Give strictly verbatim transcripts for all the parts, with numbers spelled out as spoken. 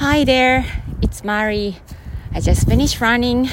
Hi there, it's Mari. I just finished running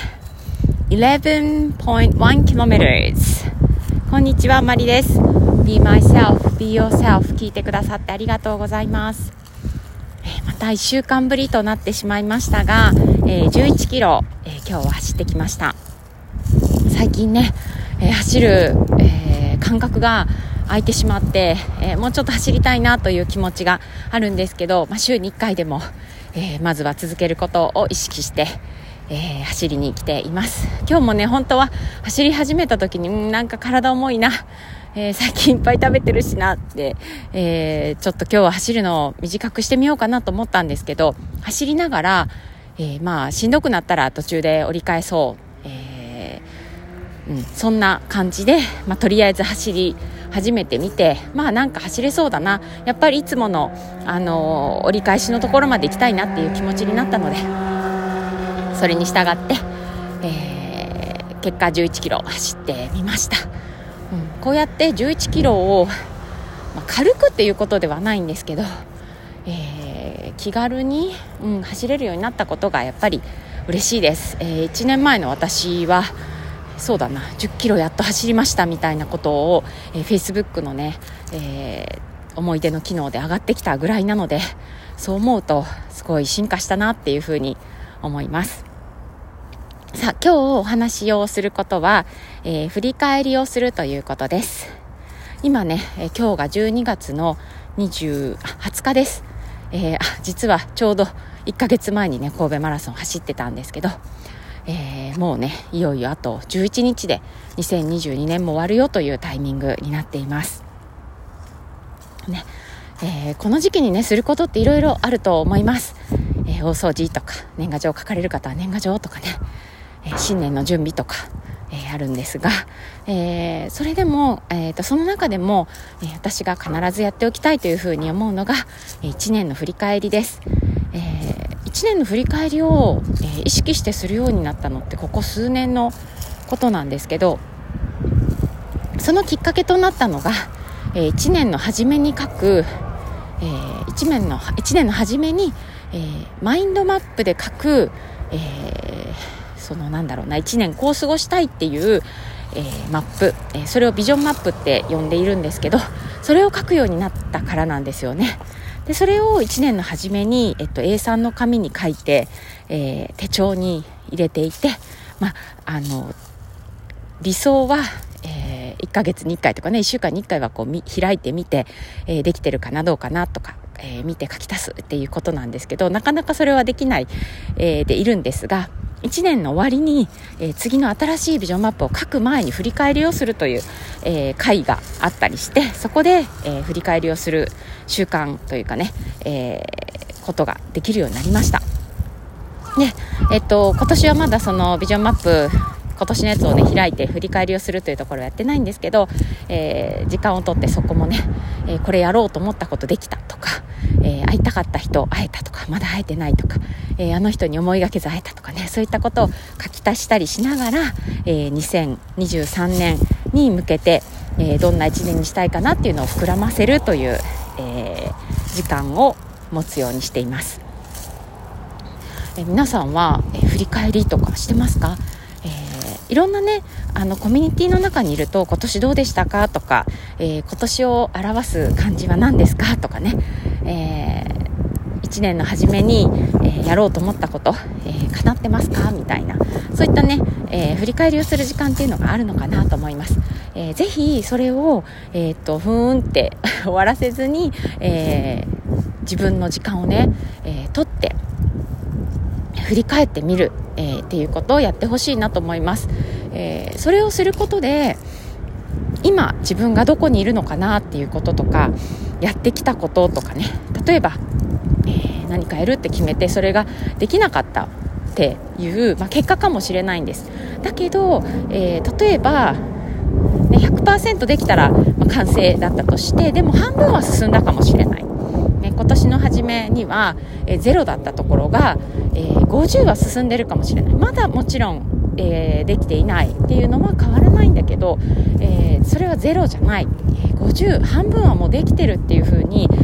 eleven point one kilometers. こんにちは、マリです。Be myself, be yourself 聞いてくださってありがとうございます。えー、またいっしゅうかんぶりとなってしまいましたが、えー、じゅういちキロ、えー、今日は走ってきました。最近ね、えー、走る、えー、感覚が空いてしまって、えー、もうちょっと走りたいなという気持ちがあるんですけど、まあ、週にいっかいでも、えー、まずは続けることを意識して、えー、走りに来ています。今日もね、本当は走り始めた時に、んなんか体重いな、えー、最近いっぱい食べてるしなって、えー、ちょっと今日は走るのを短くしてみようかなと思ったんですけど、走りながら、えー、まあしんどくなったら途中で折り返そう、えーうん、そんな感じで、まあ、とりあえず走り初めて見て、まあなんか走れそうだな、やっぱりいつもの、あのー、折り返しのところまで行きたいなっていう気持ちになったので、それに従って、えー、結果じゅういちキロ走ってみました、うん、こうやってじゅういちキロを、まあ、軽くっていうことではないんですけど、えー、気軽に、うん、走れるようになったことがやっぱり嬉しいです、えー、いちねんまえの私はそうだなじゅっキロやっと走りましたみたいなことを、えー、Facebook のね、えー、思い出の機能で上がってきたぐらいなので、そう思うとすごい進化したなっていうふうに思います。さあ、今日お話をすることは、えー、振り返りをするということです。今ね、えー、今日がじゅうにがつのにじゅう、はつかです、えー、あ実はちょうどいっかげつまえにね神戸マラソン走ってたんですけど、えー、もうねいよいよあとじゅういちにちでにせんにじゅうにねんも終わるよというタイミングになっていますね。えー、この時期にねすることっていろいろあると思います。えー、大掃除とか年賀状書かれる方は年賀状とかね、えー、新年の準備とか、えー、あるんですが、えー、それでも、えー、とその中でも、えー、私が必ずやっておきたいというふうに思うのが、えー、いちねんの振り返りです。えー、いちねんの振り返りを、えー、意識してするようになったのってここ数年のことなんですけど、そのきっかけとなったのが、えー、いちねんの初めに書く、えー、1, 年のいちねんの初めに、えー、マインドマップで書く、えー、そのなんだろうないちねんこう過ごしたいっていう、えー、マップ、えー、それをビジョンマップって呼んでいるんですけど、それを書くようになったからなんですよね。でそれをいちねんの初めに、えっと、エーさん の紙に書いて、えー、手帳に入れていて、まあ、あの理想は、えー、いっかげつにいっかいとかねいっしゅうかんにいっかいはこうみ開いてみて、えー、できてるかなどうかなとか、えー、見て書き足すっていうことなんですけど、なかなかそれはできない、えー、でいるんですが、いちねんの終わりに、えー、次の新しいビジョンマップを書く前に振り返りをするという、えー、会があったりして、そこで、えー、振り返りをする習慣というかね、えー、ことができるようになりました。で、えっと、今年はまだそのビジョンマップ今年のやつをね開いて振り返りをするというところはやってないんですけど、えー、時間をとってそこもね、えー、これやろうと思ったことできたとか、えー、会いたかった人会えたとかまだ会えてないとか、えー、あの人に思いがけず会えたとかね、そういったことを書き足したりしながら、えー、にせんにじゅうさんねんに向けて、えー、どんないちねんにしたいかなっていうのを膨らませるという、えー、時間を持つようにしています。えー、皆さんは、えー、振り返りとかしてますか？いろんなねあのコミュニティの中にいると今年どうでしたかとか、えー、今年を表す漢字は何ですかとかね、えー、いちねんの初めに、えー、やろうと思ったこと、えー、叶ってますかみたいな、そういったね、えー、振り返りをする時間っていうのがあるのかなと思います。えー、ぜひそれを、えー、とふーんって終わらせずに、えー、自分の時間をね、えー、取って振り返ってみる、えー、っていうことをやってほしいなと思います。えー、それをすることで今自分がどこにいるのかなっていうこととか、やってきたこととかね、例えば、えー、何かやるって決めてそれができなかったっていう、まあ、結果かもしれないんです。だけど、えー、例えば、ね、ひゃくパーセント できたら、まあ、完成だったとして、でも半分は進んだかもしれない、ね、今年の初めには、えー、ゼロだったところが、えー、ごじゅうは進んでるかもしれない。まだもちろん、えー、できていないっていうのは変わらないんだけど、えー、それはゼロじゃない、えー、ごじゅう半分はもうできてるっていう風に確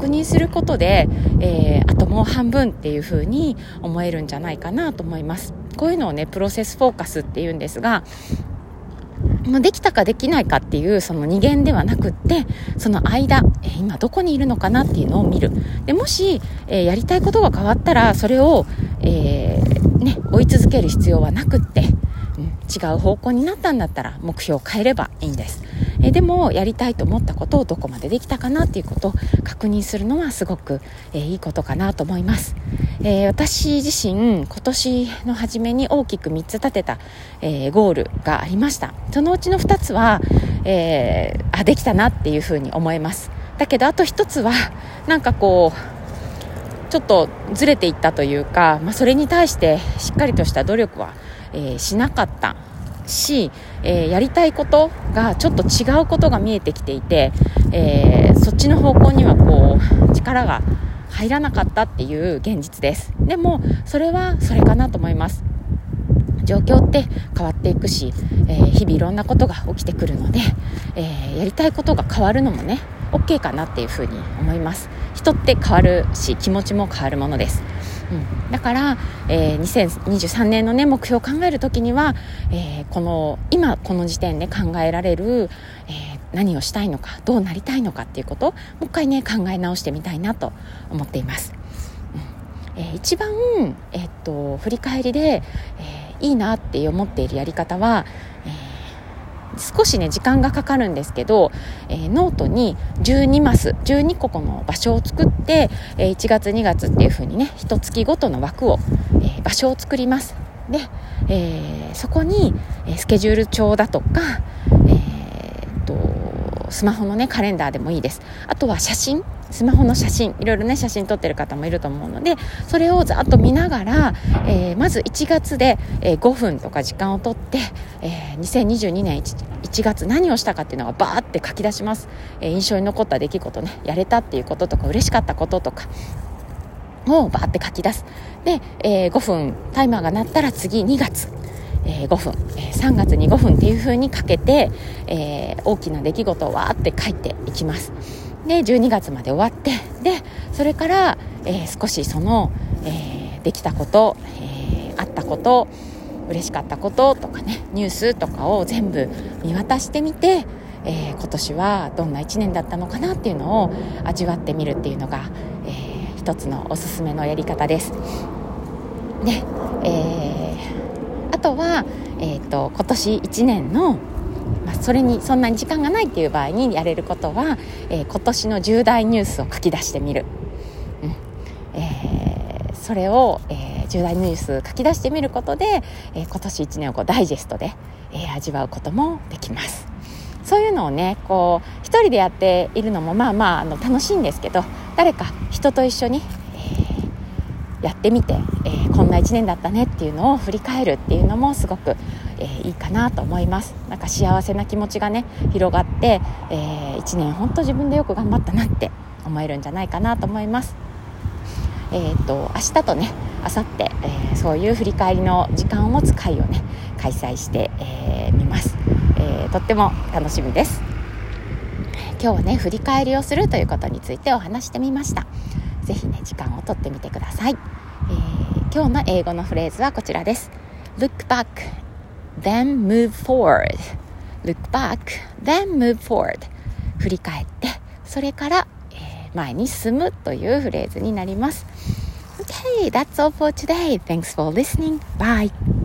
確認することで、えー、あともう半分っていう風に思えるんじゃないかなと思います。こういうのをねプロセスフォーカスっていうんですが、もうできたかできないかっていうその二元ではなくって、その間、えー、今どこにいるのかなっていうのを見る。でもし、えー、やりたいことが変わったらそれを、えーね、追い続ける必要はなくって、うん、違う方向になったんだったら目標を変えればいいんです。えー、でもやりたいと思ったことをどこまでできたかなっていうことを確認するのはすごく、えー、いいことかなと思います。えー、私自身今年の初めに大きくみっつ立てた、えー、ゴールがありました。そのうちのふたつは、えー、あできたなっていうふうに思います。だけどあとひとつはなんかこうちょっとずれていったというか、まあ、それに対してしっかりとした努力は、えー、しなかったし、えー、やりたいことがちょっと違うことが見えてきていて、えー、そっちの方向にはこう力が入らなかったっていう現実です。でもそれはそれかなと思います。状況って変わっていくし、えー、日々いろんなことが起きてくるので、えー、やりたいことが変わるのもね OK かなっていうふうに思います。人って変わるし気持ちも変わるものです。うん、だから、えー、にせんにじゅうさんねんの、ね、目標を考えるときには、えー、この今この時点で考えられる、えー、何をしたいのかどうなりたいのかっていうことをもう一回ね考え直してみたいなと思っています。うんえー、一番、えー、っと振り返りで、えー、いいなって思っているやり方は、えー、少しね時間がかかるんですけど、えー、ノートにじゅうにマスじゅうにここの場所を作って、えー、いちがつにがつっていう風にね一月ごとの枠を、えー、場所を作ります。で、えー、そこに、えー、スケジュール帳だとか、えー、っとスマホのねカレンダーでもいいです。あとは写真スマホの写真いろいろね写真撮ってる方もいると思うので、それをざっと見ながら、えー、まずいちがつで、えー、ごふんとか時間をとって、えー、にせんにじゅうにねん 1, いちがつ何をしたかっていうのがバーって書き出します。えー、印象に残った出来事ねやれたっていうこととか嬉しかったこととかをバーって書き出す。で、えー、ごふんタイマーが鳴ったら次にがつえー、ごふん、えー、さんがつにごふんっていう風にかけて、えー、大きな出来事をわーって書いていきます。でじゅうにがつまで終わって、でそれから、えー、少しその、えー、できたこと、えー、あったこと嬉しかったこととかねニュースとかを全部見渡してみて、えー、今年はどんないちねんだったのかなっていうのを味わってみるっていうのが、えー、一つのおすすめのやり方です。で、えーあとは、えーと、今年いちねんの、まあ、それにそんなに時間がないっていう場合にやれることは、えー、今年の重大ニュースを書き出してみる、うんえー、それを、えー、重大ニュース書き出してみることで、えー、今年いちねんをこうダイジェストで、えー、味わうこともできます。そういうのをねこう一人でやっているのもまあまあ、あの楽しいんですけど、誰か人と一緒にやってみて、えー、こんないちねんだったねっていうのを振り返るっていうのもすごく、えー、いいかなと思います。なんか幸せな気持ちがね広がって、えー、いちねん本当自分でよく頑張ったなって思えるんじゃないかなと思います。えー、と明日とね明後日、えー、そういう振り返りの時間を持つ会をね開催してみ、えー、ます、えー、とっても楽しみです。今日はね振り返りをするということについてお話してみました。ぜひね時間をとってみてください。えー、今日の英語のフレーズはこちらです。 Look back then move forward Look back then move forward 振り返ってそれから、えー、前に進むというフレーズになります。 Okay, that's all for today. Thanks for listening. Bye.